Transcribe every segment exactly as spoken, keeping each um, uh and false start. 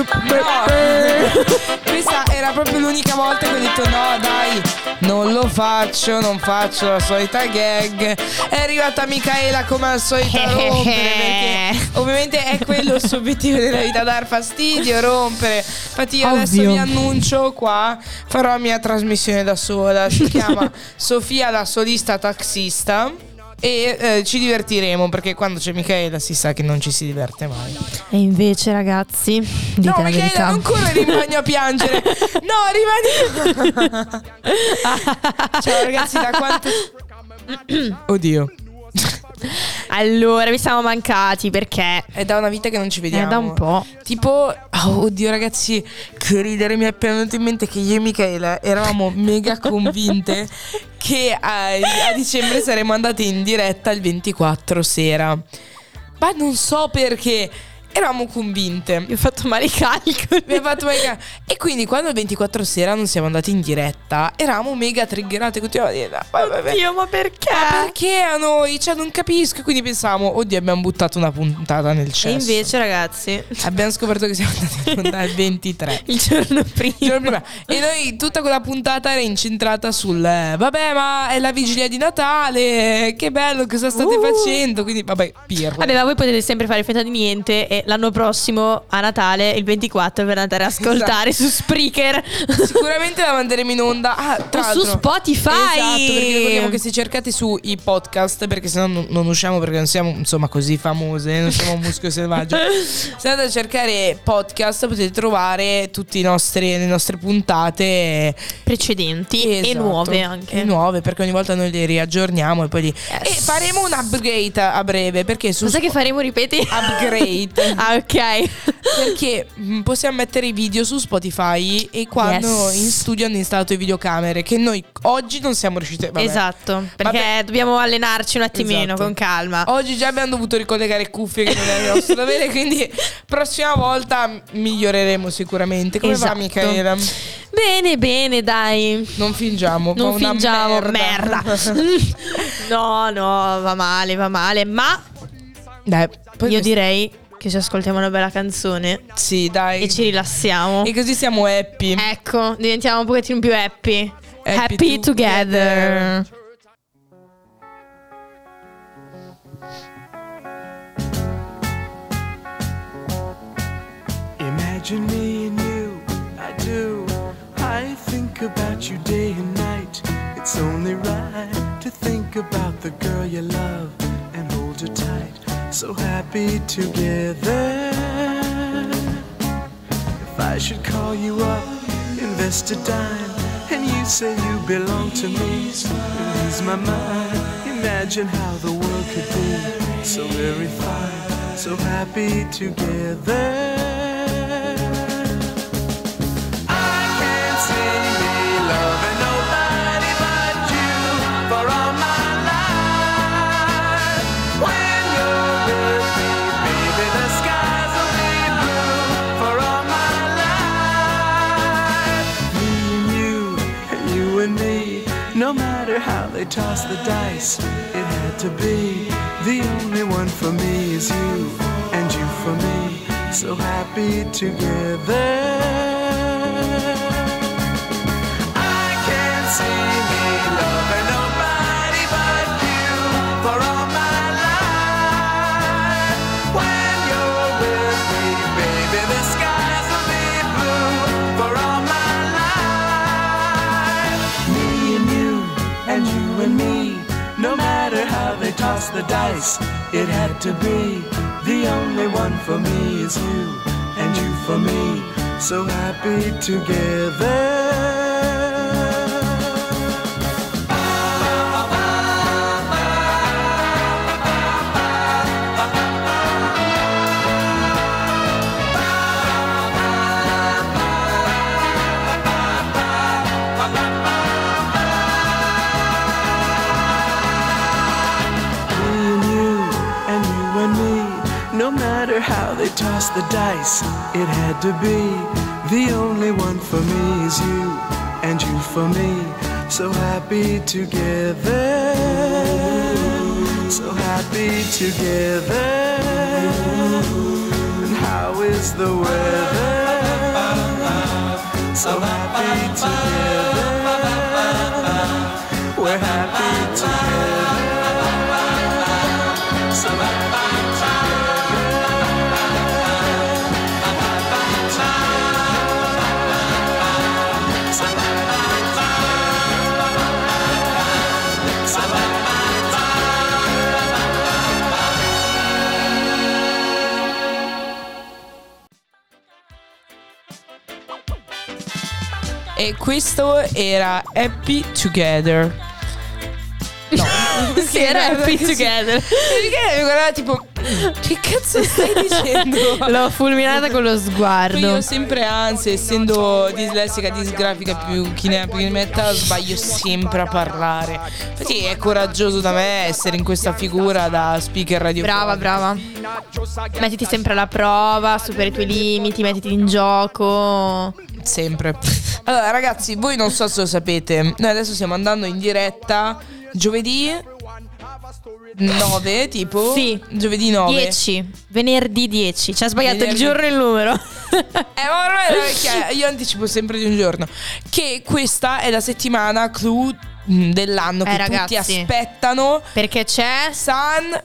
Questa era proprio l'unica volta che ho detto no dai, non lo faccio, non faccio la solita gag. È arrivata Micaela come al solito a rompere, perché ovviamente è quello il suo obiettivo della vita, dar fastidio, rompere. Infatti io Ovvio. adesso vi annuncio qua, farò la mia trasmissione da sola, si chiama Sofia la solista taxista. E eh, ci divertiremo, perché quando c'è Micaela si sa che non ci si diverte mai. E invece ragazzi, dite no, la Micaela, verità. non correre in bagno a piangere. No, rimani. Ciao ragazzi, da quanto Oddio. Allora, vi siamo mancati perché È da una vita che non ci vediamo. è da un po'. Tipo, oh, oddio ragazzi, che ridere, mi è appena venuto in mente che io e Micaela eravamo mega convinte che a, a dicembre saremmo andate in diretta il ventiquattro sera. Ma non so perché. Eravamo convinte. Vi ho fatto male i calcoli. Mi ha fatto mega. E quindi quando il ventiquattro sera non siamo andati in diretta, eravamo mega triggerate. Continuavamo a dire vai, vai, vai. Oddio, ma perché? Ma perché a noi? Cioè non capisco. Quindi pensavamo, oddio, abbiamo buttato una puntata nel E cesso. invece ragazzi, abbiamo scoperto che siamo andati in puntata il ventitré. il giorno prima. Il giorno prima. E noi tutta quella puntata era incentrata sul eh, vabbè, ma è la vigilia di Natale, che bello, cosa state Uh. facendo? Quindi vabbè, pirla. Vabbè, ma voi potete sempre fare finta di niente e l'anno prossimo a Natale, il ventiquattro, per andare ad ascoltare su Spreaker. Sicuramente la manderemo in onda. Ah, tra O su l'altro- Spotify. Esatto, perché ricordiamo che se cercate su i podcast, perché sennò non, non usciamo, perché non siamo insomma così famose, non siamo un muschio selvaggio. Se andate a cercare podcast potete trovare tutte i nostri, le nostre puntate Precedenti e Esatto. nuove anche. E nuove, perché ogni volta noi le riaggiorniamo e poi li... Yes. E faremo un upgrade a breve, perché su Cosa che faremo, ripeti? upgrade. Ah, ok. Perché mh, possiamo mettere i video su Spotify e quando Yes. in studio hanno installato le videocamere, che noi oggi non siamo riusciti. Vabbè. Esatto, perché Vabbè. dobbiamo allenarci un attimino, Esatto. con calma. Oggi già abbiamo dovuto ricollegare cuffie, che non è il nostro dovere, quindi prossima volta miglioreremo sicuramente. Come Esatto. va Micaela? Bene, bene, dai. Non fingiamo. Non fa una fingiamo, merda. No, no, va male, va male. Ma Dai, poi io quest- direi che ci ascoltiamo una bella canzone Sì, dai. e ci rilassiamo. E così siamo happy. Ecco, diventiamo un pochettino più happy. Happy Happy, together. together. Imagine me and you, I do. I think about you day and night. It's only right to think about the girl you love and hold her tight. So happy together. If I should call you up, invest a dime, and you say you belong to me, lose my mind. Imagine how the world could be so very fine, so happy together. No matter how they toss the dice, it had to be. The only one for me is you, and you for me, so happy together. I can't see me loving nobody but you for all my life. When you're with me, baby, the skies will be blue for all my life. Me and you, and you and me, no matter how they toss the dice, it had to be. The only one for me is you, and you for me, so happy together. No matter how they toss the dice, it had to be. The only one for me is you, and you for me, so happy together. So happy together. And how is the weather? so happy together. We're happy together. So happy together. So happy together. So E questo era Happy Together. No, Sì, era Happy Together. Perché mi guardava tipo, che cazzo stai dicendo? L'ho fulminata con lo Poi io sguardo. ho sempre ansia, essendo dislessica, disgrafica, più chi ne ha più ne metta, sbaglio sempre a parlare. Infatti è coraggioso da me essere in questa figura da speaker radiofonico. Brava, brava. Mettiti sempre alla prova, superi i tuoi limiti, mettiti in gioco. Sempre. Allora ragazzi, voi non so se lo sapete, noi adesso stiamo andando in diretta giovedì nove, tipo? Sì. Giovedì nove. dieci. Venerdì dieci. Ci ha sbagliato Venerdì. il giorno e il numero. Eh, ma ormai perché io anticipo sempre di un giorno. Che questa è la settimana clou mm, dell'anno Eh, che ragazzi. tutti aspettano. Perché c'è Sanremo.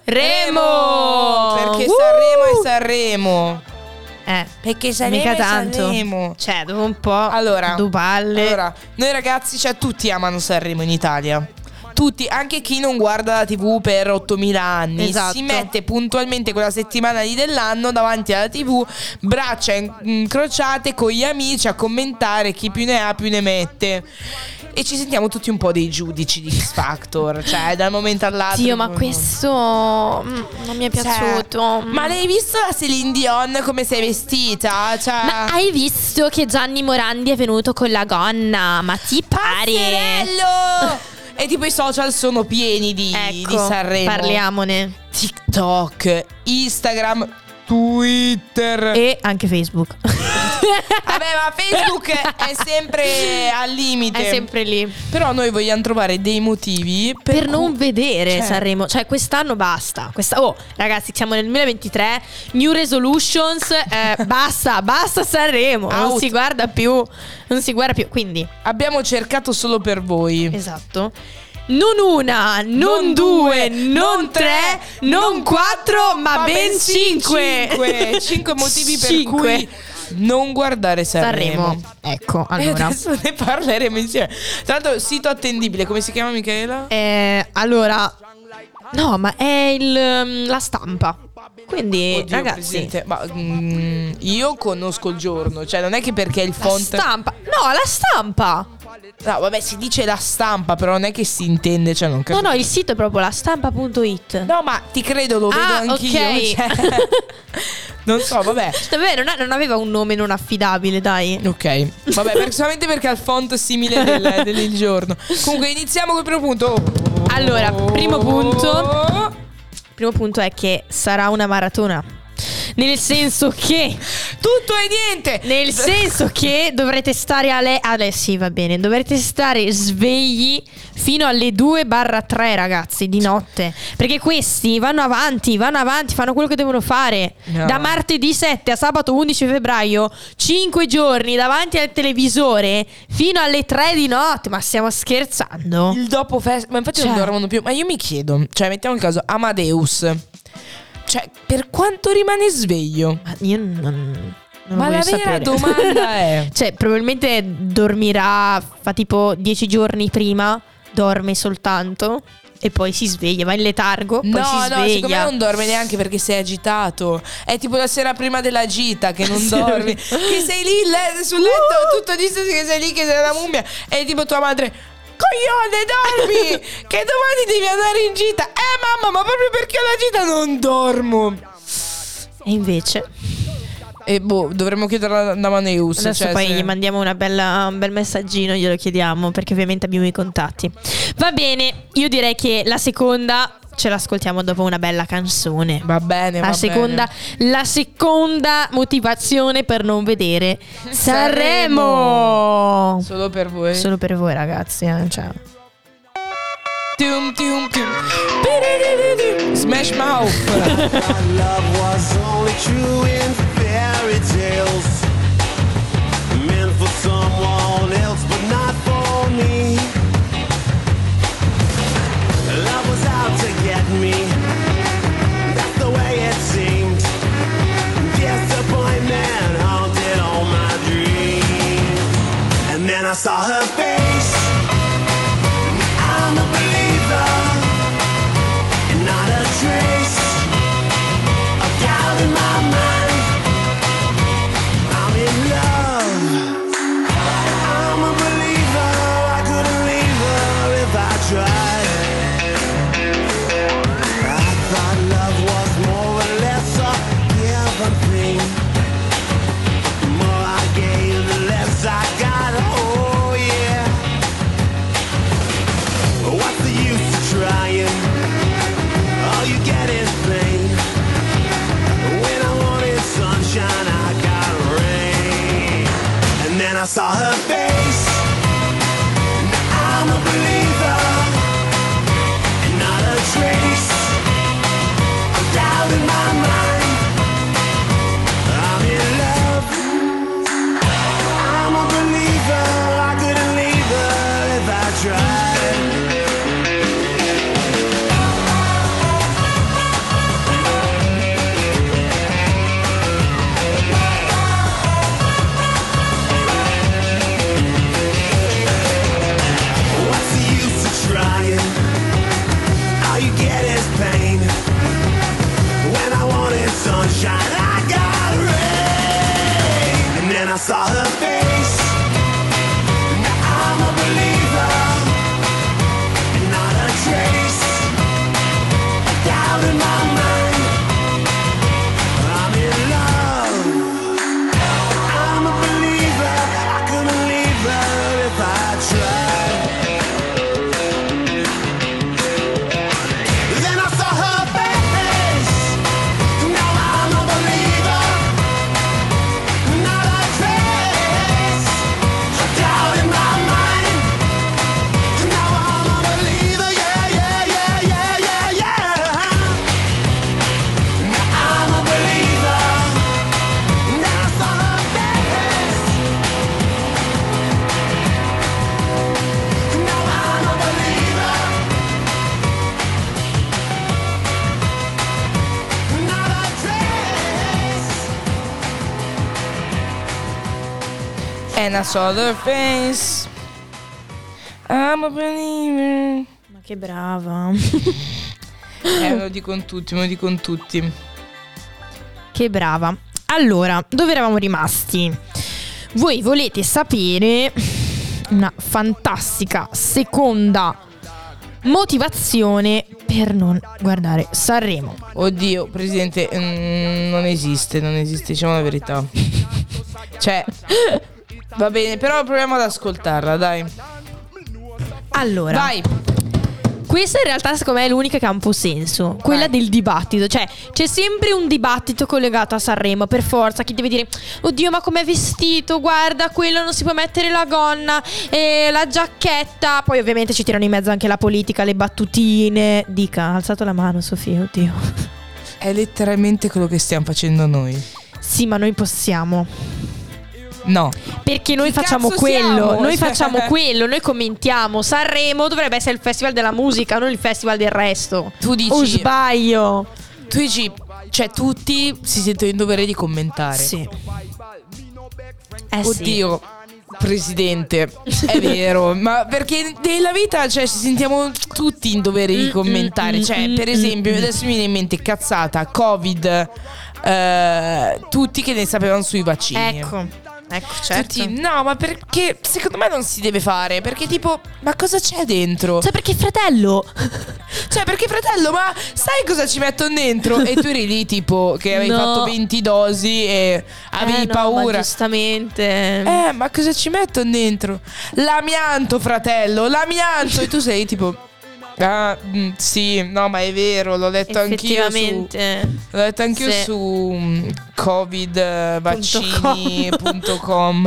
Remo. Perché Uh! Sanremo è Sanremo. Eh, Perché Sanremo mica è tanto. Sanremo. Cioè, dopo un po' Allora, due palle. allora, noi ragazzi, cioè tutti amano Sanremo in Italia. Tutti, anche chi non guarda la tivù per ottomila anni, Esatto. si mette puntualmente quella settimana lì dell'anno davanti alla tivù, braccia in- incrociate con gli amici a commentare chi più ne ha più ne mette. E ci sentiamo tutti un po' dei giudici di X Factor, cioè dal momento all'altro. Dio, ma questo mm, non mi è Cioè, piaciuto. ma l'hai visto la Celine Dion come sei vestita? Cioè, Ma hai visto che Gianni Morandi è venuto con la gonna? Ma ti pare? Pazzerello! E tipo i social sono pieni di, Ecco, di Sanremo. parliamone. TikTok, Instagram, Twitter. E anche Facebook. Vabbè, ma Facebook è sempre al limite. È sempre lì. Però noi vogliamo trovare dei motivi per, Per cui- non vedere Cioè, Sanremo. Cioè quest'anno basta. Questa... Oh ragazzi, siamo nel duemilaventitré. New resolutions. eh, Basta, basta Sanremo. Non Out. si guarda più. Non si guarda più. Quindi abbiamo cercato solo per voi. esatto. Non una, non, Non due, due, non tre, non quattro, ma, ben cinque. Cinque, cinque motivi per Cinque. cui non guardare Sanremo. Sanremo. Ecco, E allora. adesso ne parleremo insieme. Tra l'altro, sito attendibile, come si chiama, Michaela? Eh, allora, no, ma è il, um, la stampa. Quindi, Oddio, ragazzi, Presidente, ma mm, io conosco il giorno, cioè non è che perché il la font. stampa. No, la stampa. No, vabbè, si dice la stampa, però non è che si intende, cioè non No, capisco. no, il sito è proprio la stampa.it. No, ma ti credo, lo vedo Ah, anch'io. ok. Cioè, non so, vabbè. Vabbè, non, ha- non aveva un nome non affidabile, dai. Ok, vabbè, per- solamente perché ha il font simile del, del giorno. Comunque, iniziamo col primo punto. Allora, primo punto. Primo punto è che sarà una maratona. Nel senso che Tutto e niente. Nel senso che dovrete stare alle, alle sì, va bene. Dovrete stare svegli fino alle due tre, ragazzi, di notte. Perché questi vanno avanti, vanno avanti, fanno quello che devono fare. No. Da martedì sette a sabato undici febbraio, cinque giorni davanti al televisore fino alle tre di notte. Ma stiamo scherzando? Il dopo festa. Ma infatti Cioè. non dormono più. Ma io mi chiedo, cioè, mettiamo il caso Amadeus. Cioè, per quanto rimane sveglio? Ma io non, non Ma lo la voglio vera sapere. domanda è: Cioè, probabilmente dormirà, fa tipo dieci giorni prima, dorme soltanto e poi si sveglia, va in letargo, poi no, si no, secondo me sveglia. non dorme neanche perché sei agitato. È tipo la sera prima della gita che non Sì. dormi. Che sei lì le- sul letto tutto disteso, che sei lì che sei una mummia. E tipo tua madre: coglione, dormi! Che domani devi andare in gita. Eh mamma, ma proprio perché ho la gita non dormo. E invece E boh, dovremmo chiederla da Amadeus. adesso cioè, poi se- gli mandiamo una bella, un bel messaggino, glielo chiediamo perché ovviamente abbiamo i contatti. Va bene, io direi che la seconda ce l'ascoltiamo dopo una bella canzone. Va bene, La va seconda, bene. la seconda motivazione per non vedere Sanremo. Sanremo. Solo per voi. Solo per voi, ragazzi. Eh? Cioè. Tum, tum, tum. Piriririri. Smash Mouth. Our love was only true in fairy tales, meant for someone saw her face. Now I'm a believer, and not a trace of doubt in my mind. I'm in love. I'm a believer. I couldn't leave her if I tried. Then I saw her face. Now I'm a believer. Not a trace of doubt in my mind. Now I'm a believer. Yeah, yeah, yeah, yeah, yeah, yeah. Now I'm a believer. Now I saw her face. Now I'm a believer. Not a trace. And I saw their face. I'm a believer. Ma che brava. Eh, me lo dicono tutti, me lo dicono tutti. Che brava. Allora, dove eravamo rimasti? Voi volete sapere una fantastica seconda motivazione per non guardare Sanremo. Oddio, presidente, mm, non esiste, non esiste, diciamo la verità. Cioè, va bene, però proviamo ad ascoltarla, dai. Allora, Vai. questa in realtà secondo me è l'unica che ha un po' senso. Quella Vai. del dibattito. Cioè c'è sempre un dibattito collegato a Sanremo. Per forza chi deve dire: oddio, ma com'è vestito, guarda, quello non si può mettere la gonna, eh, la giacchetta. Poi ovviamente ci tirano in mezzo anche la politica, le battutine. Dica, ha alzato la mano Sofia, oddio. È letteralmente quello che stiamo facendo noi. Sì, ma noi possiamo, No. perché noi Chi facciamo cazzo quello. siamo? Noi facciamo quello, noi commentiamo. Sanremo dovrebbe essere il festival della musica, non il festival del resto. Tu dici- O sbaglio? Tu dici, cioè tutti si sentono in dovere di commentare. Sì. Eh sì. Oddio, presidente, è vero, ma perché nella vita, cioè, ci sentiamo tutti in dovere di commentare. Cioè, per esempio, adesso mi viene in mente cazzata, Covid, eh, tutti che ne sapevano sui vaccini. Ecco. Ecco, certo. Tutti, no, ma perché secondo me non si deve fare? Perché tipo, ma cosa c'è dentro? Cioè, perché fratello? Cioè, perché fratello, ma sai cosa ci mettono dentro? E tu eri lì tipo che avevi No. fatto venti dosi e avevi Eh, no, paura. ma giustamente. Eh, ma cosa ci mettono dentro? L'amianto, fratello, l'amianto. E tu sei tipo, ah, mm, sì, no, ma è vero, l'ho letto anch'io su, Effettivamente. l'ho letto anch'io Sì. su mm, covid vaccini punto com.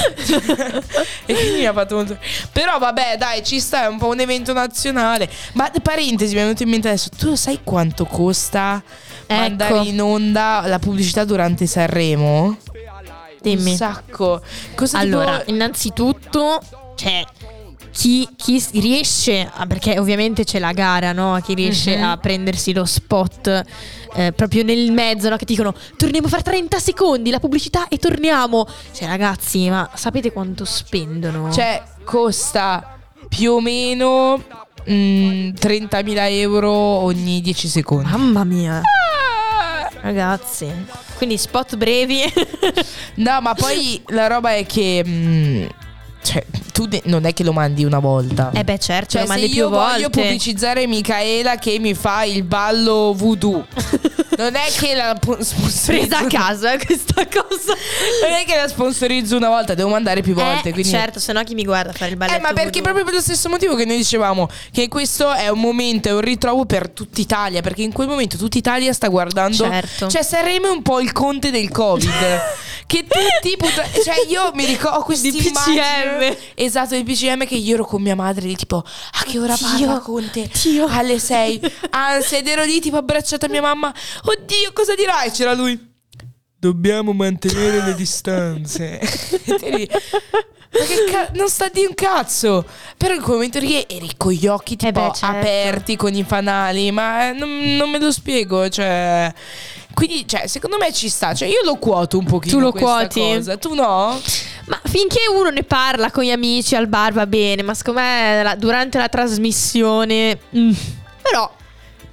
E quindi mi ha fatto molto. Però vabbè, dai, ci sta, è un po' un evento nazionale. Ma parentesi, mi è venuto in mente adesso, tu lo sai quanto costa Ecco. mandare in onda la pubblicità durante Sanremo? Dimmi. Un sacco. Cosa Allora, tipo- innanzitutto, cioè, chi, chi s- riesce a- perché ovviamente c'è la gara, no? Chi riesce Mhm. a prendersi lo spot eh, proprio nel mezzo, no? Che ti dicono: torniamo fra trenta secondi, la pubblicità e torniamo. Cioè, ragazzi, ma sapete quanto spendono? Cioè, costa più o meno mm, trentamila euro ogni dieci secondi. mamma mia, ragazzi. Quindi spot brevi. No, ma poi la roba è che mm, cioè, tu ne- non è che lo mandi una volta. Eh beh, certo, Cioè, lo se mandi più io voglio volte. pubblicizzare Micaela che mi fa il ballo voodoo, non è che la pu- sponsorizzo. Presa a caso, eh, questa cosa. Non è che la sponsorizzo una volta, devo mandare più volte. Eh, quindi... certo, se no chi mi guarda a fare il balletto Eh, ma perché voodoo? proprio per lo stesso motivo che noi dicevamo che questo è un momento, è un ritrovo per tutta Italia, perché in quel momento tutta Italia sta guardando. Certo. Cioè, Sanremo è un po' il conte del Covid. Che tutti put- cioè, io mi ricordo questi Di P C M. Esatto, di P C M, che io ero con mia madre lì tipo: a che ora Dio, parla Conte? Dio. Alle sei. Anzi, ed ero lì tipo abbracciata a mia mamma. Oddio, cosa dirai? C'era lui: dobbiamo mantenere le distanze. E te lì, ma che ca- non sta di un cazzo. Però in quel momento lì eri con gli occhi tipo Eh beh, certo. aperti, con i fanali. Ma eh, non, non me lo spiego. Cioè, quindi, cioè, secondo me ci sta. Cioè, io lo quoto un pochino. Tu lo questa quoti? cosa. Tu no? Ma finché uno ne parla con gli amici al bar va bene, ma secondo me la- durante la trasmissione mm. Però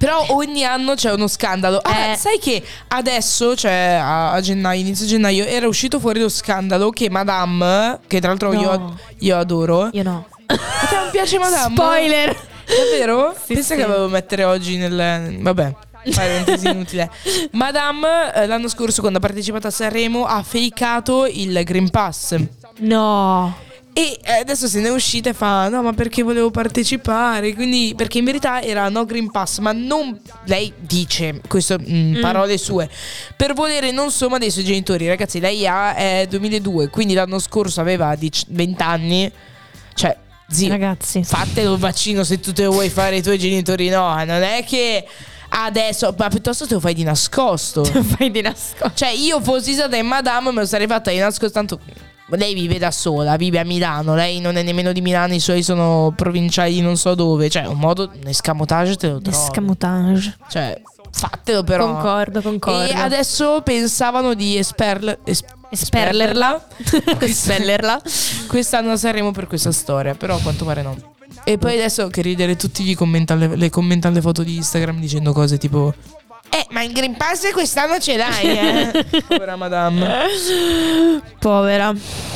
Però ogni anno c'è uno scandalo. Ah, Eh. sai che adesso, cioè a, a gennaio, inizio gennaio, era uscito fuori lo scandalo che Madame, che tra l'altro No. io, io adoro. Io no. A te non piace Madame? Spoiler. Davvero? Sì, Pensa sì. che avevo mettere oggi nel... Vabbè, parentesi inutile. Madame eh, l'anno scorso quando ha partecipato a Sanremo ha fakeato il Green Pass. No. E eh, adesso se ne è uscita e fa no ma perché volevo partecipare. Quindi perché in verità era no Green Pass. Ma non, lei dice questo mm, parole sue, per volere non somma dei suoi genitori. Ragazzi, lei ha eh, duemiladue, quindi l'anno scorso aveva venti anni. Cioè zio, Ragazzi. fatelo il vaccino se tu te lo vuoi fare, i tuoi genitori no. Non è che adesso, ma piuttosto te lo fai di nascosto. Fai di nascosto. Cioè io fossi stata in Madame me lo sarei fatta di nascosto. Tanto lei vive da sola, vive a Milano. Lei non è nemmeno di Milano, i suoi sono provinciali di non so dove. Cioè un modo, un escamotage te lo trovi. Escamotage. Cioè fatelo però. Concordo, concordo. E adesso pensavano di esperler, es- Esperlerla. Espellerla. quest'anno saremo per questa storia. Però a quanto pare no. E poi adesso che ridere, tutti gli commentano le, le commentano le foto di Instagram dicendo cose tipo Eh ma il Green Pass quest'anno ce l'hai eh. Povera Madame. Povera.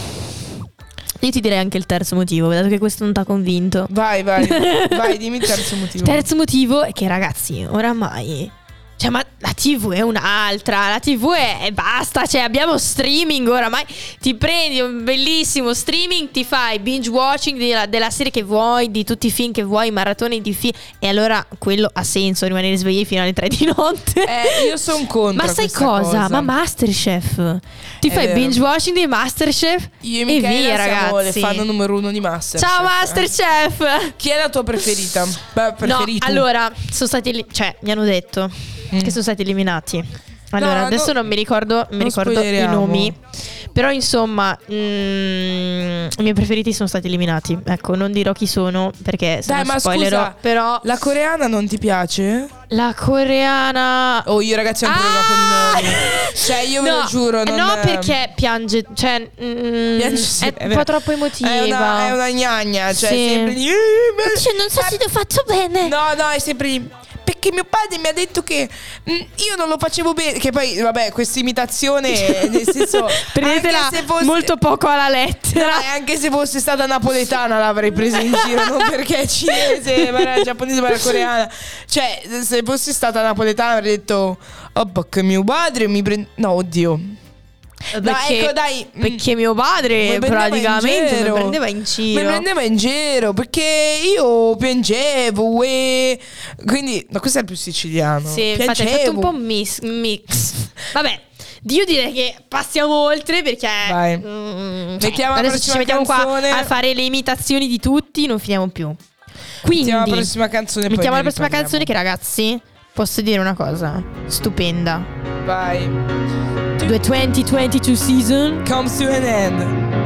Io ti direi anche il terzo motivo, dato che questo non ti ha convinto. Vai vai Vai dimmi il terzo motivo. Terzo motivo è che, ragazzi, oramai, cioè, ma la tivù è un'altra. La tivù è, è basta. Cioè, abbiamo streaming oramai. Ti prendi un bellissimo streaming, ti fai binge watching della, della serie che vuoi, di tutti i film che vuoi, maratoni di film. E allora quello ha senso, rimanere svegli fino alle tre di notte. Eh io sono contro. Ma sai questa cosa? Ma Masterchef. Ti È fai vero. binge watching di Masterchef. Io e e Michela via, siamo ragazzi. le fan numero uno di Masterchef. Ciao Masterchef. Chi è la tua preferita? Beh, No, preferito. allora, sono stati eli- cioè, mi hanno detto Mm. che sono stati eliminati. Allora, No, adesso no, non mi ricordo, mi non ricordo i spoileriamo. nomi. Però insomma, mm, i miei preferiti sono stati eliminati. Ecco, non dirò chi sono perché se Dai, no ma spoilerò. scusa, Però la coreana non ti piace? la coreana. Oh, io ragazzi ho un problema con i nomi. Cioè, io ve no, lo giuro. Non no, perché piange. Cioè, mm, Piange, sì, è, è un vero. po' troppo emotiva. È una, è una gnagna. Cioè, Sì. sempre di. Cioè, non so se ti ho fatto bene. No, no, è sempre di. Perché mio padre mi ha detto che mm, io non lo facevo bene. Che poi, vabbè, questa imitazione, nel senso. Prendetela anche se fosse- molto poco alla No, lettera. e anche se fosse stata napoletana l'avrei presa in giro, non perché è cinese, ma era giapponese, ma era coreana. Cioè, se fosse stata napoletana avrei detto, oh, perché mio padre mi prende. No, oddio. Perché, ecco, dai. perché mio padre Mi prendeva in praticamente mi giro. prendeva in giro. Mi prendeva in giro perché io piangevo e quindi ma questo è il più siciliano. Sì, infatti hai fatto un po' un mix, mix. Vabbè, io direi che passiamo oltre perché Vai. mm, Mettiamo la adesso ci prossima mettiamo canzone. qua a fare le imitazioni di tutti, non finiamo più. Quindi Mettiamo la prossima canzone. poi mettiamo ne la prossima riparliamo. canzone che, ragazzi, posso dire una cosa stupenda. Vai. The twenty twenty-two season Comes to an end.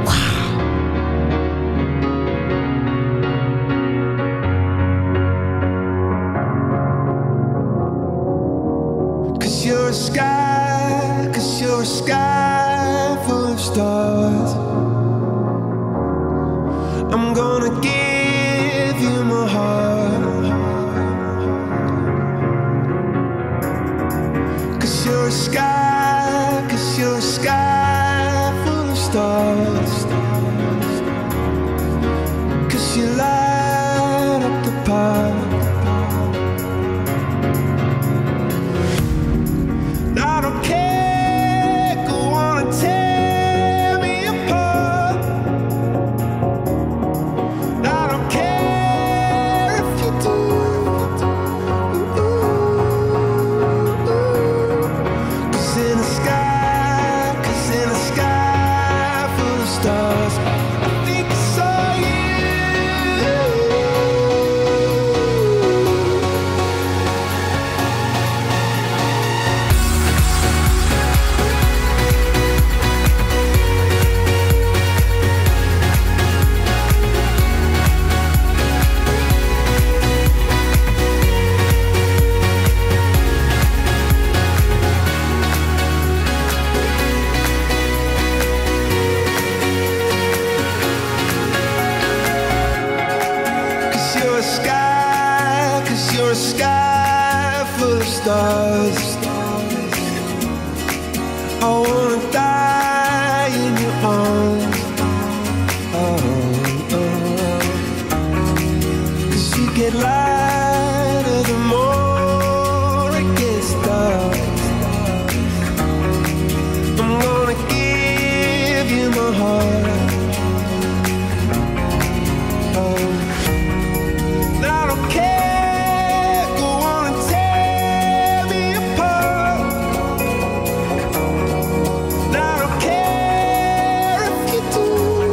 Cause you're a sky, cause you're a sky full of stars. I'm gonna give you my heart. Cause you're a sky, cause you're a sky full of stars. Cause you light up the park. I don't care, go on and tear me apart. I don't care if you do. Cause in the sky, cause get lighter, the more it gets dark. I'm gonna give you my heart. Oh, I don't care, go on and tear me apart. I don't care if you do.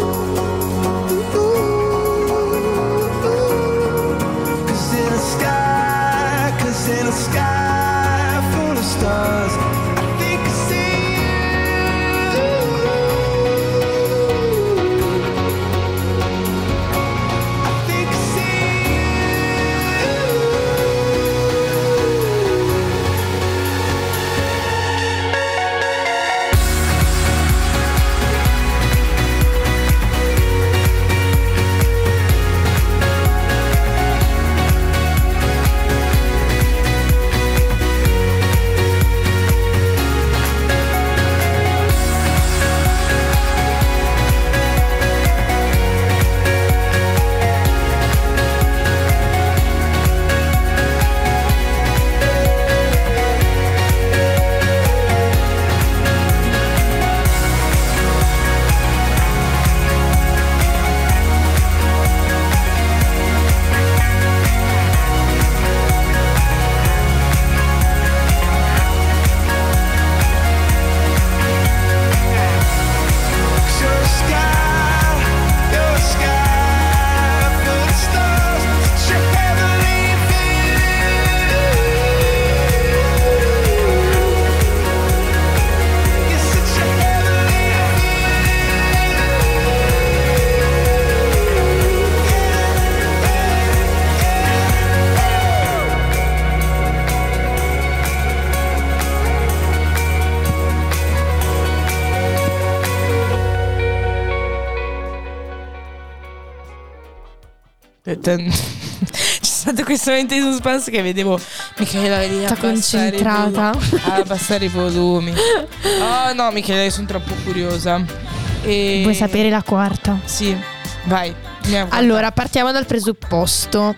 Cause in a sky, cause in a sky full of stars, I think I see you. I think I see C'è stato questo momento di suspense che vedevo Michela lì Sta abbassare i concentrata. volumi, abbassare i volumi. Oh no, Michela, io sono troppo curiosa. E... Vuoi sapere la quarta? Sì, vai. Andiamo. Allora, partiamo dal presupposto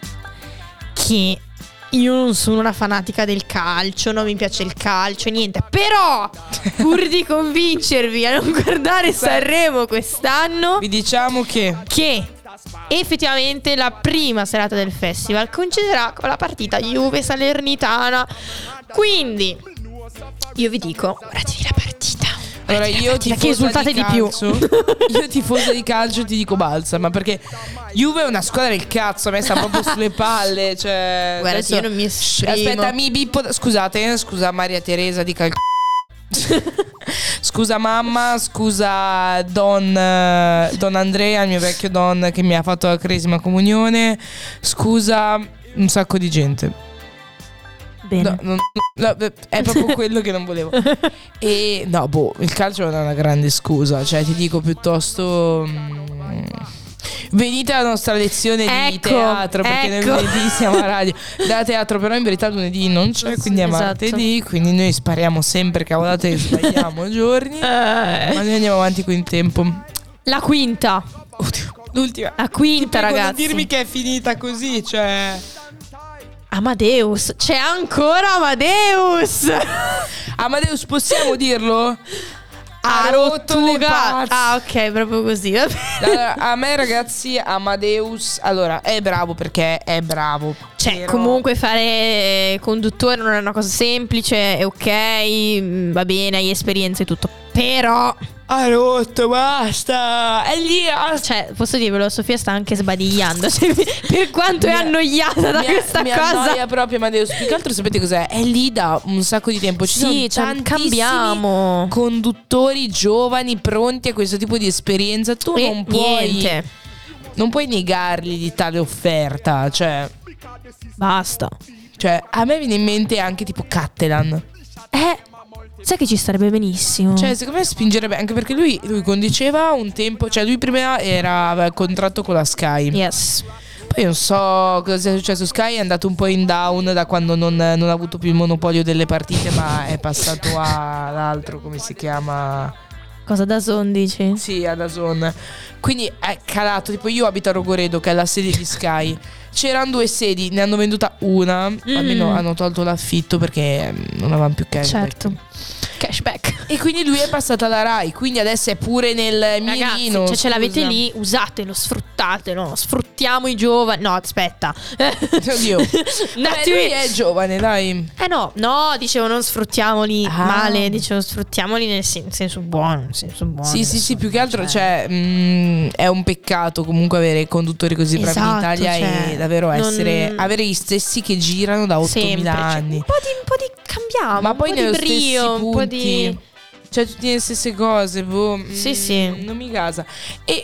che io non sono una fanatica del calcio, non mi piace il calcio, niente. Però, pur di convincervi a non guardare Sanremo quest'anno, vi diciamo che che effettivamente la prima serata del festival coinciderà con la partita Juve-Salernitana. Quindi io vi dico, guardatevi la partita. allora io partita, tifosa che esultate di più. calcio, io tifosa di calcio ti dico balsa, ma perché Juve è una squadra del cazzo, a me sta proprio sulle palle, cioè Guarda, adesso- io non mi esprimo. Aspetta, mi bippo, scusate, eh, scusa Maria Teresa di Cal... Scusa mamma, scusa Don, eh, Don Andrea, il mio vecchio Don che mi ha fatto la cresima comunione. Scusa un sacco di gente. Bene. No, non- no, è proprio quello che non volevo. E no, boh, il calcio non è una grande scusa. Cioè, ti dico piuttosto. mm, venite alla nostra lezione di Ecco, teatro, perché noi ecco. lunedì siamo a radio. Da teatro, però in verità lunedì non c'è, quindi è Esatto. martedì. Quindi noi spariamo sempre cavolate che sbagliamo giorni. Ma noi andiamo avanti con il tempo. La quinta. Oddio, l'ultima. La quinta, Ti prego, non ragazzi. dirmi che è finita così, cioè. Amadeus. C'è ancora Amadeus. Amadeus, possiamo dirlo? Ha rotto le Rottuga. pazze. Ah, ok, proprio così. va bene. Allora, a me ragazzi Amadeus, allora, è bravo perché è bravo. Cioè, però- comunque fare conduttore non è una cosa semplice, è ok, mm, va bene, hai esperienza e tutto. Però, Ha rotto, basta. È lì. ah, cioè, posso dirvelo, Sofia sta anche sbadigliando. Cioè, per quanto è Mi- annoiata da mi- questa mi cosa. annoia proprio Amadeus. Più che altro sapete cos'è? È lì da un sacco di tempo. Ci Sì, sono cioè, tantissimi cambiamo. conduttori giovani pronti a questo tipo di esperienza. Tu E non puoi niente. non puoi negargli di tale offerta. Cioè, Basta. cioè, a me viene in mente anche tipo Cattelan. Eh, sai che ci starebbe benissimo. Cioè, secondo me spingerebbe, anche perché lui, lui conduceva un tempo. Cioè, lui prima era, aveva il contratto con la Sky. Yes. Poi non so cosa sia successo. Sky è andato un po' in down da quando non, non ha avuto più il monopolio delle partite, ma è passato all'altro, come si chiama? Cosa, da Zone dici? Sì, ad Dazon. Quindi è calato. Tipo, io abito a Rogoredo, che è la sede di Sky. C'erano due sedi, ne hanno venduta una. Mm. Almeno hanno tolto l'affitto perché non avevano più cashback. Certo. Cashback. E quindi lui è passato alla Rai. Quindi adesso è pure nel Ragazzi, mirino. cioè ce l'avete scusa. lì, usatelo, sfruttatelo, sfruttiamo i giovani. No, aspetta. Oddio. Un Vabbè, attimo. lui è giovane, dai. Eh no, no, dicevo non sfruttiamoli Ah. male, dicevo sfruttiamoli nel sen- senso buono, nel senso buono. Sì, sì, sì, insomma, più che altro, cioè, mh, è un peccato comunque avere conduttori così bravi in Esatto, Italia cioè, e davvero non- essere avere gli stessi che girano da ottomila sempre, cioè, anni. un po' di, un po' di cambiamo, Ma un poi po' di nello brio, stessi un po' punti. di Cioè, tutte le stesse cose, boh, Sì, mm, sì. non mi casa. E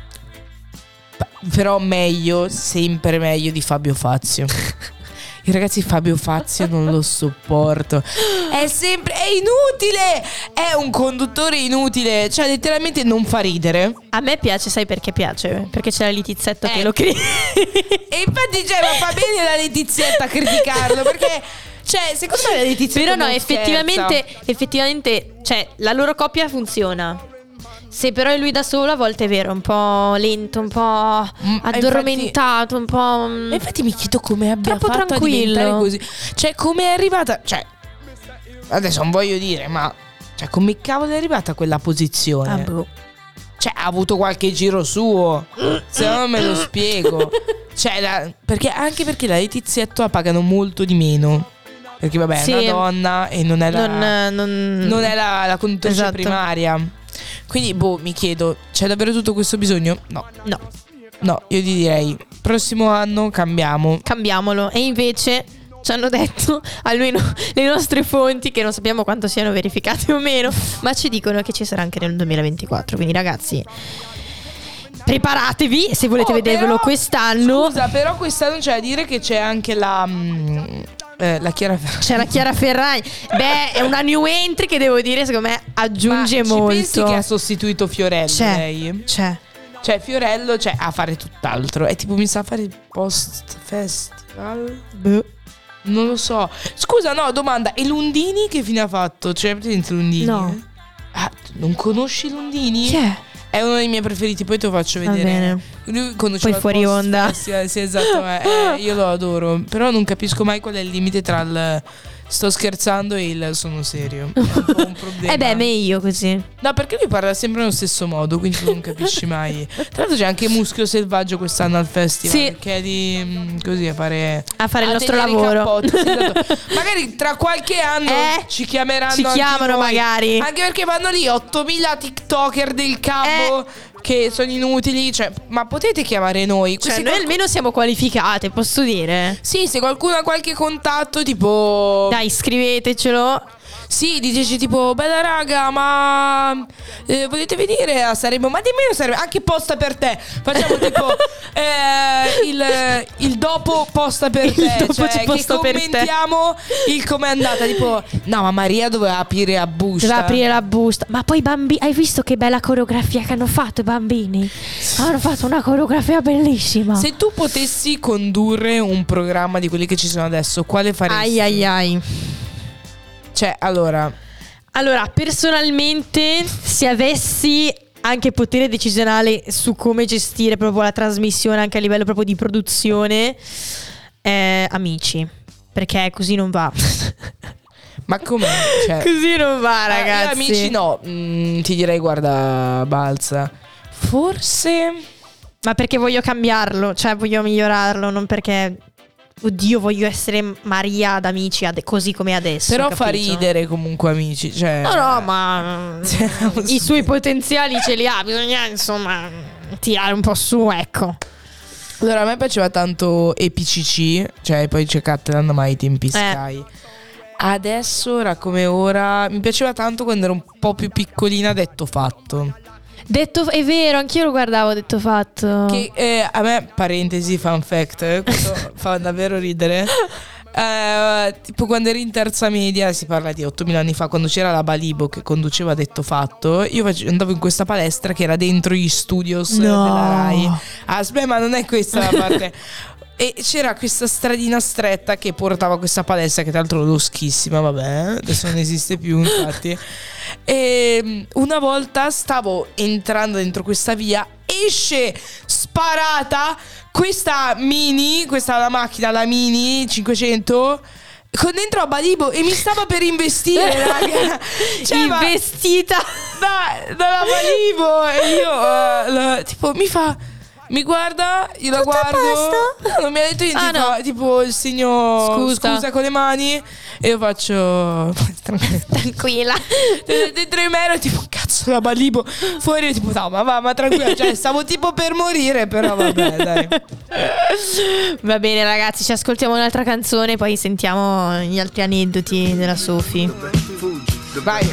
però meglio, sempre meglio di Fabio Fazio. I ragazzi, Fabio Fazio non lo sopporto. È sempre è inutile. È un conduttore inutile. Cioè, letteralmente non fa ridere. A me piace, sai perché piace? Perché c'è la Litizzetto Eh. che lo crea. E infatti, cioè, ma fa bene la Letizietta a criticarlo. Perché, cioè, secondo me la Letizietta Però no, non effettivamente, scherza. effettivamente, cioè, la loro coppia funziona. Se però è lui da solo, a volte è vero, un po' lento, un po' Mm, addormentato, un po'. E infatti mi chiedo come abbia Troppo fatto tranquillo. a diventare così. Cioè, come è arrivata. Cioè, adesso non voglio dire, ma cioè, come cavolo è arrivata a quella posizione? Ah, boh. Cioè, ha avuto qualche giro suo. Se no non me lo spiego. Cioè, la- perché anche perché la Letizietto la pagano molto di meno. Perché vabbè, Sì. è una donna e non è la Non, non, non è la, la conduttrice Esatto. primaria. Quindi, boh, mi chiedo, c'è davvero tutto questo bisogno? No. No, No, io ti direi, prossimo anno cambiamo. cambiamolo. E invece ci hanno detto, almeno le nostre fonti, che non sappiamo quanto siano verificate o meno, ma ci dicono che ci sarà anche nel duemilaventiquattro. Quindi ragazzi, preparatevi se volete Oh, vedervelo però- quest'anno. Scusa, però quest'anno c'è da dire che c'è anche la mm, eh, la Chiara Ferragni. C'è la Chiara Ferragni. Beh, è una new entry che devo dire, secondo me, aggiunge Ma molto. ci pensi che ha sostituito Fiorello C'è, lei? c'è. Cioè Fiorello cioè, a fare tutt'altro. È tipo mi sa fare il post festival. Boh. Non lo so. Scusa, no, domanda. E Lundini che fine ha fatto? Cioè, presente Lundini? No. Ah, non conosci Lundini? Chi è? È uno dei miei preferiti, poi te lo faccio Va vedere. bene. Lui conduceva Poi fuori il post onda. festival, sì, esatto, eh, eh, io lo adoro. Però non capisco mai qual è il limite tra il sto scherzando e il sono serio. È un po' un problema. Eh beh, meglio così. No, perché lui parla sempre nello stesso modo, quindi tu non capisci mai. Tra l'altro c'è anche Muschio Selvaggio quest'anno al festival, Sì. che è di mm, così a fare A fare il a nostro tenere i lavoro. cappotti, sì, esatto. Magari tra qualche anno Eh, ci chiameranno ci anche chiamano noi. magari. Anche perché vanno lì ottomila TikToker del cavo che sono inutili, cioè, ma potete chiamare noi? Cioè, Se noi qualcuno- almeno siamo qualificate, posso dire. Sì, se qualcuno ha qualche contatto, tipo Dai, scrivetecelo. sì, diceci tipo, bella raga, ma eh, volete venire a Sanremo? Ma nemmeno serve, anche posta per te. Facciamo tipo eh, il, il dopo posta per Il te. dopo Cioè, ci che posta per te. commentiamo il com'è andata. Tipo, no, ma Maria doveva aprire a busta. Doveva aprire la busta. Ma poi i bambini, hai visto che bella coreografia che hanno fatto i bambini? Hanno fatto una coreografia bellissima. Se tu potessi condurre un programma di quelli che ci sono adesso, quale faresti? Ai ai ai. Cioè, allora, Allora, personalmente, se avessi anche potere decisionale su come gestire proprio la trasmissione anche a livello proprio di produzione, eh, Amici, perché così non va. ma com'è? Cioè, Così non va, eh, io ragazzi. amici no, mm, ti direi guarda, balza. Forse... Ma perché voglio cambiarlo, cioè voglio migliorarlo, non perché oddio voglio essere Maria ad Amici ade- così come adesso. Però fa capito? ridere comunque amici, cioè... No, no, ma Cioè, i suoi potenziali ce li ha, bisogna insomma tirare un po' su, ecco. Allora a me piaceva tanto E P C C, cioè poi c'è Catalan ma ai tempi Sky. Adesso, ora come ora, mi piaceva tanto quando ero un po' più piccolina, detto fatto. Detto, è vero, anch'io lo guardavo, detto fatto. Che eh, a me, parentesi, fun fact, eh, questo fa davvero ridere. Eh, tipo quando eri in terza media, si parla di ottomila anni fa, quando c'era la Balibo che conduceva Detto Fatto, io face- andavo in questa palestra che era dentro gli studios No. della Rai. Aspetta, ma non è questa la parte. E c'era questa stradina stretta che portava a questa palestra, che tra l'altro loschissima, vabbè, adesso non esiste più infatti. E una volta stavo entrando dentro questa via, esce sparata questa Mini, questa la macchina, la Mini cinquecento, con dentro a Balibo, e mi stava per investire, raga. Cioè, investita da, dalla Balibo. E io uh, la, tipo mi fa, mi guarda, io la Tutto a guardo. posto? No, non mi ha detto niente, Ah, no. fa, tipo il segno Scusa. scusa con le mani. E io faccio tranquilla. dentro di me ero tipo cazzo la Balibo, fuori ero tipo no ma va, ma tranquilla, cioè stavo tipo per morire, però vabbè dai. Va bene ragazzi, ci ascoltiamo un'altra canzone, poi sentiamo gli altri aneddoti della Sofi. Vai.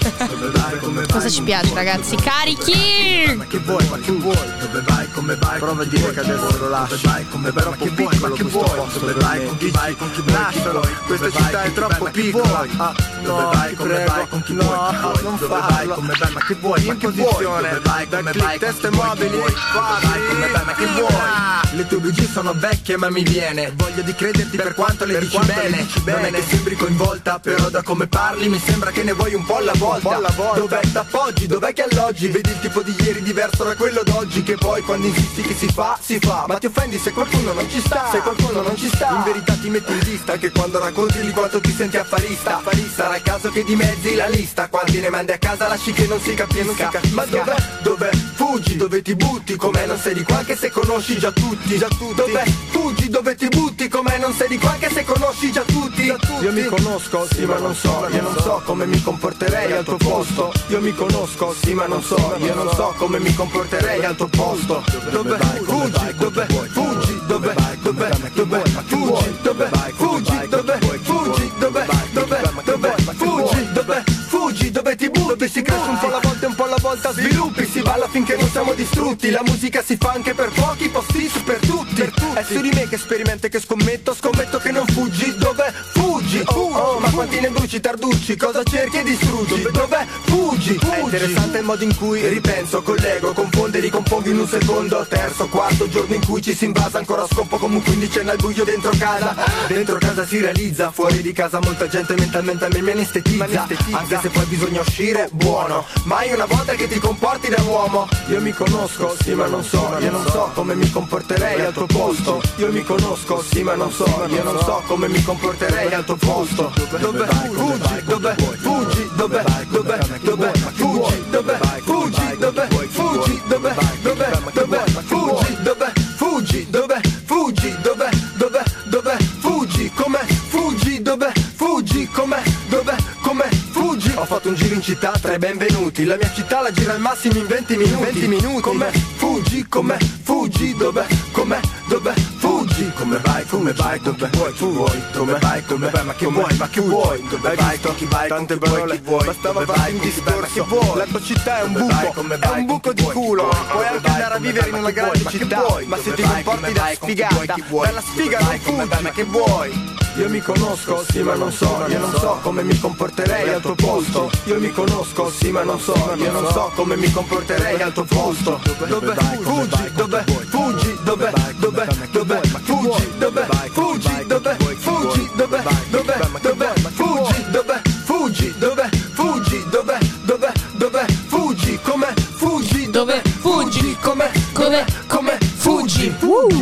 Cosa ci piace ragazzi? Carichi! Ma che vuoi, ma che vuoi? Dove vai, come vai? Prova a dire che adesso lo lasci. Dove vai, come vai? Ma che vuoi, ma che vuoi? Dove vai, con chi vai, con chi vuoi? Lascialo, questa città è troppo piccola. Ah, dove vai, come vai, con chi vuoi? No, non farlo. Come vai, ma che vuoi? Ma che vuoi? Dove vai, come vai? Teste mobili, vai, come vai, ma che vuoi? Le tue bugie sono vecchie ma mi viene voglia di crederti per quanto le dici bene. Non è che sembri coinvolta, però da come parli mi sembra che ne vuoi un po' alla volta. Dov'è t'appoggi, dov'è che alloggi? Vedi il tipo di ieri diverso da quello d'oggi, che poi quando insisti che si fa, si fa. Ma ti offendi se qualcuno non ci sta, se qualcuno non ci sta. In verità ti metti in vista che quando racconti di quanto ti senti affarista. Sarà il caso che dimezzi la lista, quanti ne mandi a casa lasci che non si capisca. Ma dov'è, dov'è, fuggi, dove ti butti, com'è non sei di qua anche se conosci già tutti. Già tutti. Dov'è, fuggi, dove ti butti, com'è non sei di qua anche se conosci già tutti. Già tutti. Io mi conosco, sì ma non so, io non so come mi comporterei al tuo posto. Io mi conosco, sì ma non so, io non so come mi comporterei al tuo posto. Dove fuggi, dove fuggi, dove dove dove fuggi, dove fuggi, dove fuggi, dove dove dove fuggi, dove fuggi, dove ti butti, si cresce un po' alla volta e un po' alla volta sviluppi, si balla finché non siamo distrutti, la musica si fa anche per pochi, postici per tutti, è su di me che sperimento e che scommetto, scommetto che non fuggi, dove fuggi, oh, oh, ma quanti ne bruci tarducci, cosa cerchi e distruggi, dove fuggi, è interessante il modo in cui ripenso, collego, confonde, ricompongo in un secondo, terzo, quarto giorno in cui ci si invasa, ancora a scopo come un quindicenne al buio dentro casa, dentro casa si realizza, fuori di casa molta gente mentalmente mi anestetizza, anche se poi bisogna uscire, buono, mai una volta che ti comporti da uomo. Io mi conosco, sì ma non so, io non so come mi comporterei al tuo posto. Io mi conosco, sì ma non so, io non so come mi comporterei al tuo posto. Dove fuggi, dove fuggi, dove dove dove fuggi, dove fuggi, dove fuggi, dove dove dove fuggi, dove fuggi, dove fuggi, dove dove dove fuggi, come fuggi, dove fuggi, come dove come fuggi. Ho fatto un giro in città tra i benvenuti, la mia città la gira al massimo in venti minuti, venti minuti. Come fuggi, come fuggi, dove, come, dove fuggi, come vai, come vai, dove vuoi, tu vuoi, come vai, come vai, ma che vuoi, ma che vuoi, dove vai, chi vai, tante parole, bastava fare un discorso, la tua città è un buco, è un buco di culo, puoi anche andare a vivere in una grande città, ma se ti comporti da sfigata, dalla sfiga non fuggi, ma che vuoi? Io mi conosco, sì ma non so, io non so come mi comporterei al tuo posto. Io mi conosco, sì ma non so, io non so come mi comporterei al tuo posto. Dove fuggi, dove fuggi, dove dove dove fuggi, dove fuggi, dove fuggi, dove dove dove fuggi, dove fuggi, dove fuggi, dove dove dove fuggi, come fuggi, dove fuggi, come come come fuggi.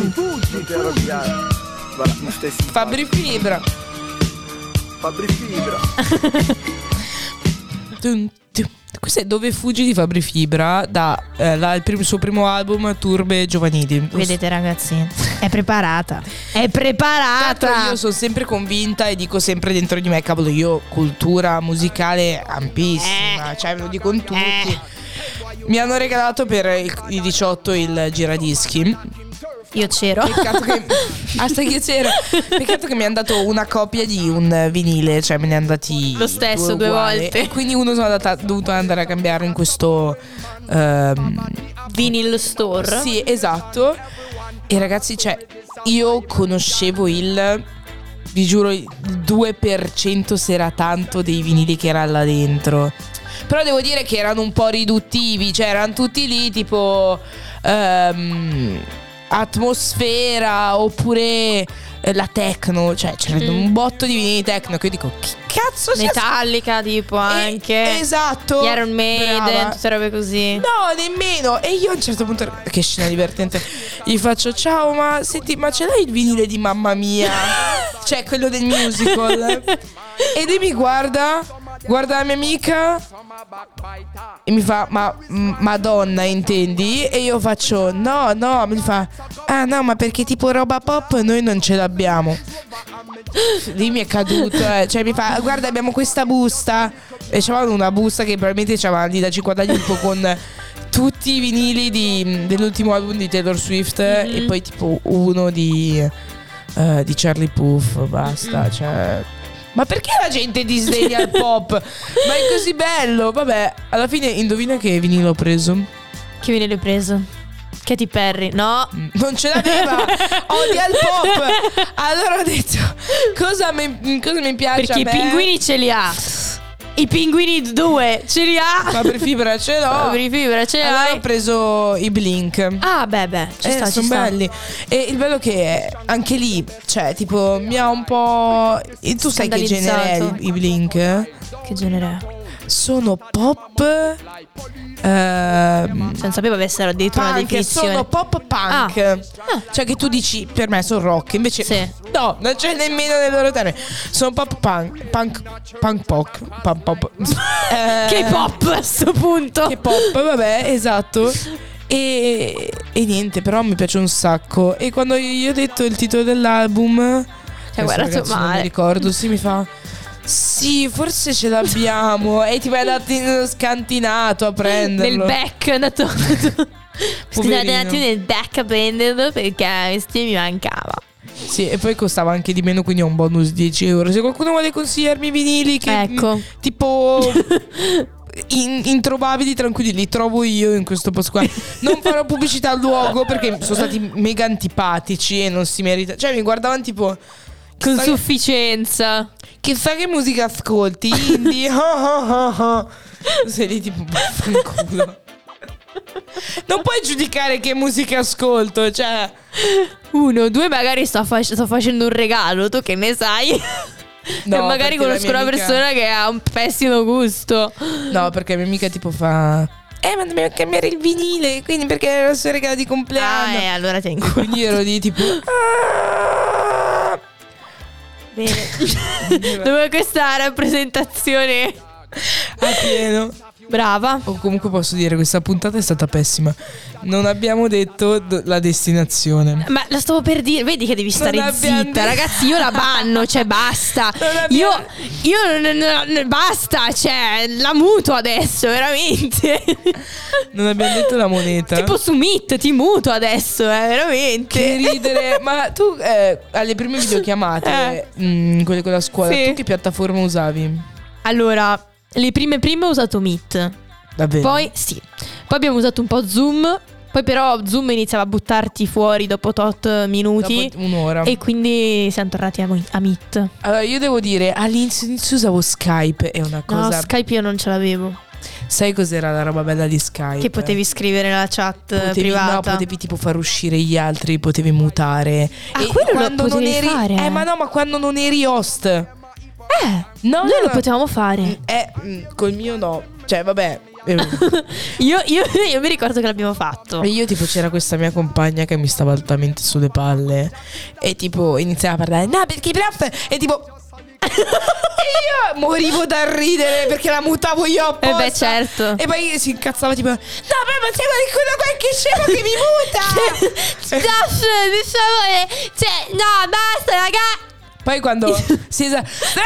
Fabri Fibra. Fabri Fibra. Tum, tum. Questo è Dove fuggi di Fabri Fibra, da eh, la, il prim- suo primo album Turbe Giovanili. Vedete ragazzi, è preparata. È preparata. Tanto io sono sempre convinta e dico sempre dentro di me, cavolo, io cultura musicale ampissima, Eh. cioè ve lo dico con tutti. Eh. Mi hanno regalato per il, i diciotto il giradischi. Io c'ero. Peccato che hasta che c'era. Peccato che mi hanno dato una copia di un vinile, cioè me ne hanno dati Lo stesso, due uguali. volte. E quindi uno sono andata, dovuto andare a cambiare in questo ehm, Vinyl store. sì, esatto. E ragazzi, cioè, io conoscevo il, vi giuro, il due per cento se era tanto dei vinili che era là dentro. Però devo dire che erano un po' riduttivi, cioè erano tutti lì tipo ehm, atmosfera oppure eh, la techno, cioè c'era Mm. un botto di vinili techno che io dico che cazzo sia Metallica tipo anche. Eh, esatto. Gli Iron Maiden, Brava. tutte robe così. No, nemmeno. E io a un certo punto, che scena divertente, gli faccio ciao, ma senti, ma ce l'hai il vinile di Mamma Mia? Cioè quello del musical. E lui mi guarda, guarda la mia amica e mi fa ma m- Madonna intendi? E io faccio no no. Mi fa ah no, ma perché tipo roba pop noi non ce l'abbiamo. Lì mi è caduto, eh. Cioè mi fa guarda abbiamo questa busta. E c'avevano una busta che probabilmente c'aveva lì da cinquanta anni tipo con tutti i vinili di, dell'ultimo album di Taylor Swift. Mm-hmm. E poi tipo uno di eh, di Charlie Puth. Basta, Mm-hmm. cioè. Ma perché la gente disdegna il pop? Ma è così bello. Vabbè, alla fine indovina che vinile ho preso. Che viene preso? Katy Perry, no. Non ce l'aveva. Odia il pop. Allora ho detto cosa mi, cosa mi piace Perché a i me? pinguini ce li ha. I pinguini due ce li ha. Fabri Fibra ce l'ho. Fabri Fibra ce Allora l'hai. ho preso i Blink. Ah, beh, beh, ci Eh, sta, ci sono sta. belli. E il bello che anche lì, cioè, tipo, mi ha un po'. E tu sai che genere è il- i Blink? Che genere è? Sono pop. Ehm, Non sapevo avessero addirittura una punk, definizione. sono pop punk. Ah. Cioè che tu dici per me sono rock, invece Sì. no, non c'è nemmeno nel loro termine. Sono pop punk, punk punk pop, punk pop. Eh, Che pop a sto punto. Che pop, vabbè, esatto. E, e niente, però mi piace un sacco. E quando io ho detto il titolo dell'album, adesso, guardato ragazzi, non male. mi ricordo, sì, mi fa sì, forse ce l'abbiamo. E ti vai andato in scantinato a Nel prenderlo. back è andato. Siete Poverino. andati nel back a prenderlo perché questo mi mancava. Sì, e poi costava anche di meno, quindi ho un bonus di dieci euro. Se qualcuno vuole consigliarmi i vinili che Ecco. mh, tipo in- introvabili, tranquilli, li trovo io in questo posto qua. Non farò pubblicità al luogo perché sono stati mega antipatici e non si merita. Cioè mi guardavano tipo Con chissà, sufficienza. chissà che musica ascolti, indie. Sei lì tipo vaffanculo. Non puoi giudicare che musica ascolto, cioè. Uno, due, magari sto, fac- sto facendo un regalo, tu che ne sai? No, e magari perché la conosco mia una amica- persona che ha un pessimo gusto. No, perché mia amica tipo fa eh ma dobbiamo cambiare il vinile, quindi perché era il suo regalo di compleanno. Ah, eh, allora tengo. Quindi ero lì tipo ah! Bene. Dove questa rappresentazione a pieno. brava. O comunque posso dire questa puntata è stata pessima. Non abbiamo detto d- la destinazione. Ma la stavo per dire, vedi che devi stare Non abbiamo zitta, detto- ragazzi. Io la banno, cioè basta. Non Io, abbiamo- io non- non- non- basta, cioè la muto adesso, veramente. Non abbiamo detto la moneta. Tipo su Meet ti muto adesso, eh, veramente. Che ridere. Ma tu eh, alle prime videochiamate, mh, quelle con la scuola, Sì. tu che piattaforma usavi? Allora, le prime prime ho usato Meet. Davvero? Poi sì. Poi abbiamo usato un po' Zoom. Poi però Zoom iniziava a buttarti fuori dopo tot minuti. Dopo un'ora. E quindi siamo tornati a, Mo- a Meet. Allora io devo dire, all'inizio inizio usavo Skype, è una No, cosa. Skype io non ce l'avevo. Sai cos'era la roba bella di Skype? Che potevi scrivere nella chat Potevi, privata. no, potevi tipo far uscire gli altri, potevi mutare. Ah, E quello lo quando non potevi eri, fare? Eh, ma no, ma quando non eri host. Eh, No, noi no, lo no. potevamo fare. Eh, mm, col mio no. Cioè, vabbè. eh, Io, io, io mi ricordo che l'abbiamo fatto. E io tipo c'era questa mia compagna che mi stava altamente sulle palle. E tipo iniziava a parlare. No, perché i prof. E tipo. E io morivo dal ridere perché la mutavo io apposta. Eh beh, certo. E poi si incazzava tipo no beh ma sei qualcuno qualche scemo che mi muta. Stop, diciamo che. Cioè, no, basta, raga. Poi quando si sa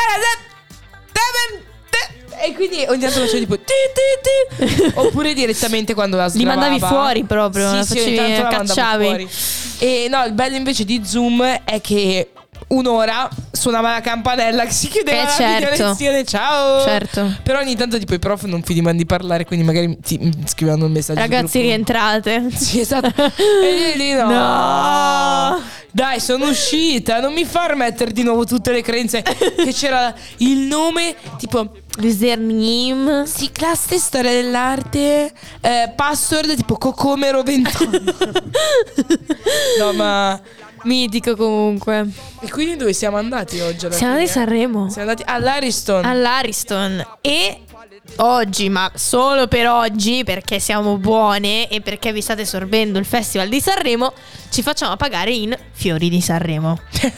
e quindi ogni tanto facevo tipo ti, ti, ti. Oppure direttamente quando la Li sgravava. mandavi fuori proprio, la Sì, sì, ogni facevi- tanto la mandavo cacciavi. fuori. E no, il bello invece di Zoom è che un'ora suonava la campanella che si chiudeva Eh, la certo. videolezione. Ciao. Certo. Però ogni tanto tipo i prof non finivano di parlare, quindi magari ti mi scrivevano un messaggio di Ragazzi, gruppo. rientrate. Sì, esatto. E lì, lì no. No. Dai, sono uscita. Non mi far mettere di nuovo tutte le credenze. Che c'era il nome tipo Username. Sì, classe storia dell'arte, eh, password tipo Cocomero ventotto. No, ma Mitico comunque. e quindi dove siamo andati oggi? alla Siamo andati a fine? Sanremo. Siamo andati all'Ariston. All'Ariston. E oggi, ma solo per oggi, perché siamo buone e perché vi state sorbendo il Festival di Sanremo, ci facciamo pagare in fiori di Sanremo. No, come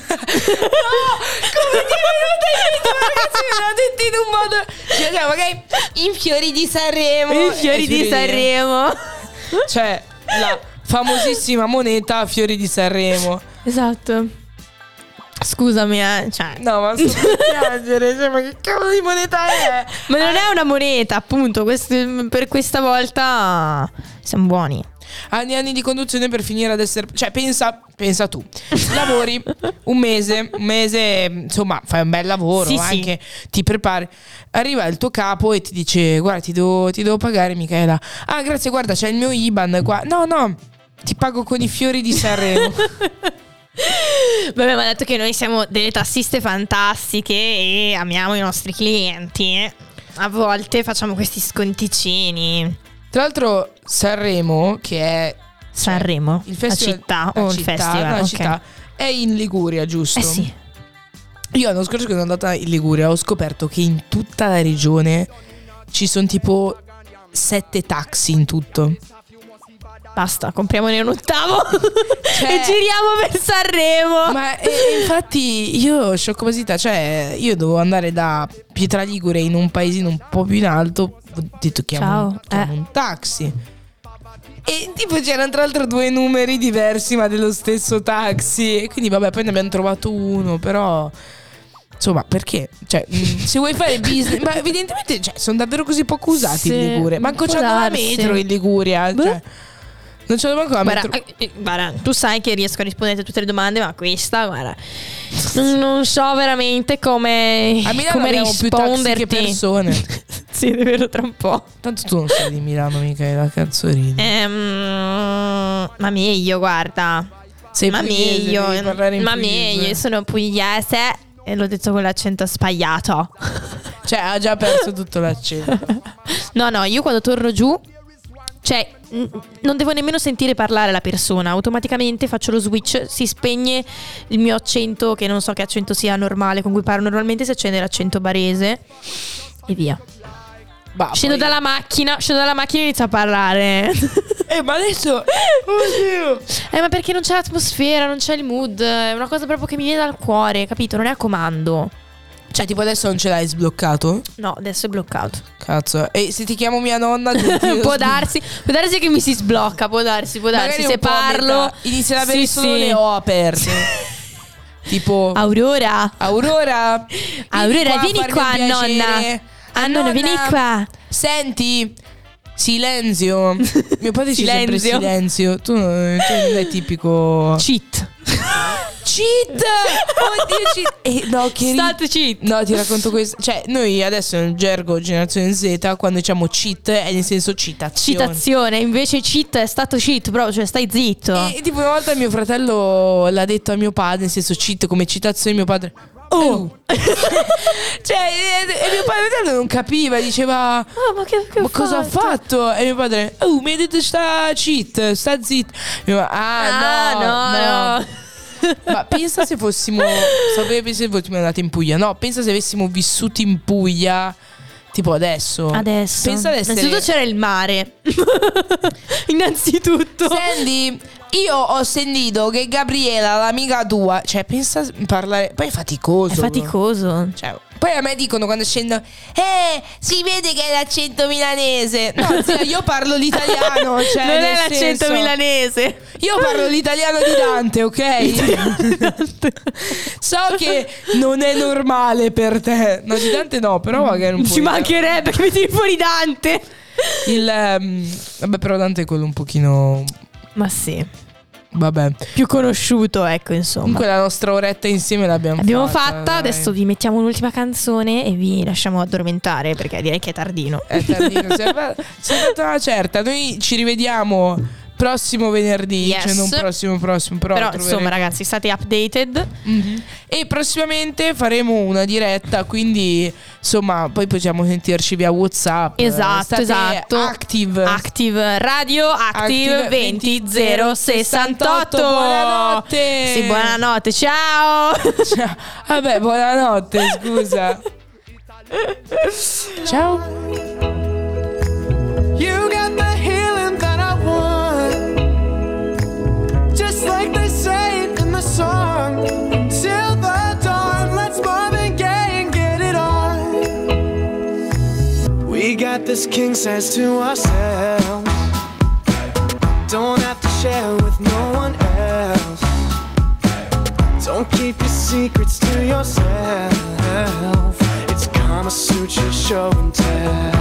dire, non dai detto, ragazzi, me l'ha detto in un modo. Ci facciamo magari in fiori di Sanremo. I fiori E di Sanremo. Cioè, la famosissima moneta fiori di Sanremo. Esatto. Scusami, eh. Cioè. No, ma sto per piangere. Cioè, ma che cavolo di moneta è? Ma non è una moneta, appunto. Quest- per questa volta siamo buoni. Anni e anni di conduzione per finire ad essere. Cioè, pensa, pensa tu. Lavori un mese, un mese, insomma, fai un bel lavoro, Sì, sì. anche ti prepari. Arriva il tuo capo e ti dice: guarda, ti devo, ti devo pagare, Michela. Ah, grazie, guarda, c'è il mio I B A N qua. No, no, ti pago con i fiori di Sanremo. Vabbè, ma detto che noi siamo delle tassiste fantastiche e amiamo i nostri clienti, a volte facciamo questi sconticini. Tra l'altro, Sanremo, che è Sanremo, il festival, la città la o il città, festival? no, la Ok. città, è in Liguria, giusto? Eh sì. Io l'anno scorso che sono andata in Liguria ho scoperto che in tutta la regione ci sono tipo sette taxi in tutto. Basta, compriamone un ottavo Cioè- e giriamo per Sanremo. Ma e, infatti io scioccomasità, cioè io dovevo andare da Pietraligure in un paesino un po' più in alto, ho detto chiamo, Ciao, un, chiamo eh. un taxi. E tipo c'erano tra l'altro due numeri diversi ma dello stesso taxi. E quindi vabbè, poi ne abbiamo trovato uno, però insomma, perché? Cioè, mh, se vuoi fare business, ma evidentemente cioè, sono davvero così poco usati Sì, in Liguria. Manco può c'hanno la darsi. metro in Liguria, Beh. cioè, non c'hanno manco la Guarda, metro. eh, guarda, tu sai che riesco a rispondere a tutte le domande, ma questa, guarda, non, non so veramente come, A Milano come abbiamo più taxi risponderti. che persone. Sì, è vero, tra un po'. Tanto tu non sei di Milano, Michela, cazzo ridi. Ehm, ma meglio, guarda. Sei ma pugliese, meglio, devi parlare in ma pugliese. meglio, io sono pugliese e l'ho detto con l'accento sbagliato. Cioè, ha già perso tutto l'accento. No, no, io quando torno giù, cioè, n- non devo nemmeno sentire parlare la persona. Automaticamente faccio lo switch, si spegne il mio accento, che non so che accento sia normale, con cui parlo normalmente, si accende l'accento barese e via. Bah, Scendo poi- dalla macchina, scendo dalla macchina e inizio a parlare. Eh, ma adesso. Oddio. Eh, ma perché non c'è l'atmosfera, non c'è il mood, è una cosa proprio che mi viene dal cuore, capito? Non è a comando. Cioè, tipo, adesso non ce l'hai sbloccato? No, adesso è bloccato. Cazzo. E se ti chiamo mia nonna. ti- ti- può darsi, può darsi che mi si sblocca, può darsi, può darsi. Magari Se un po' a parlo, metà. Inizia ad avere sì, solo sì. le O aperte. Tipo. Aurora. Aurora. Aurora, a vieni farmi qua, il piacere. nonna. Ah, nonna, vieni qua. Senti. Silenzio. Mio padre dice sempre Silenzio. silenzio. Tu, tu non è tipico. Cheat. Cheat! Oddio, cheat! Eh, no, che ri- Stat cheat. No, ti racconto questo. Cioè, noi adesso nel gergo generazione Z, quando diciamo cheat, è nel senso citazione. Citazione. Invece cheat è stato cheat, bro. Cioè, stai zitto. E tipo una volta mio fratello l'ha detto a mio padre, nel senso cheat come citazione, mio padre. Oh! Cioè, e, e mio padre non capiva, diceva. Oh, ma che, che Ma ho cosa ha fatto? E mio padre, oh, mi hai detto sta cheat, sta zitto. Mio pa- Ah, no, Ah, no, no. Ma pensa se fossimo. Sapevi se fossimo andati in Puglia? No, pensa se avessimo vissuto in Puglia. Tipo adesso. Adesso. Pensa ad essere. Innanzitutto c'era il mare. Innanzitutto. Sandy, io ho sentito che Gabriela, l'amica tua. Cioè, pensa a parlare. Poi è faticoso. È faticoso. Cioè, poi a me dicono quando scendo, eh, si vede che è l'accento milanese. No, zia, io parlo l'italiano. Cioè, non è nel l'accento senso, milanese. Io parlo l'italiano di Dante, ok? So che non è normale per te. No, di Dante no, però magari un po'. Ci mancherebbe che mi tiri fuori Dante. Il ehm, vabbè, però Dante è quello un pochino. Ma sì, Vabbè. più conosciuto, ecco, insomma. Comunque la nostra oretta insieme l'abbiamo L'abbiamo fatta. fatta, dai. adesso vi mettiamo un'ultima canzone e vi lasciamo addormentare perché direi che è tardino. È tardino, si è fa- si è fatta una certa. Noi ci rivediamo prossimo venerdì, Yes. cioè non prossimo prossimo, però, Però troverete- insomma ragazzi, state updated. Mhm. E prossimamente faremo una diretta, quindi insomma poi possiamo sentirci via WhatsApp. Esatto, State esatto. active. Active Radio Active, Active venti zero sessantotto. Buonanotte. Sì, buonanotte. Ciao. Ciao. Vabbè, buonanotte, scusa. Ciao. You got the healing that I want, just like they say it in the song. Till the dawn, let's Marvin Gaye and get it on. We got this king size to ourselves, don't have to share with no one else. Don't keep your secrets to yourself. It's Kama Sutra show and tell.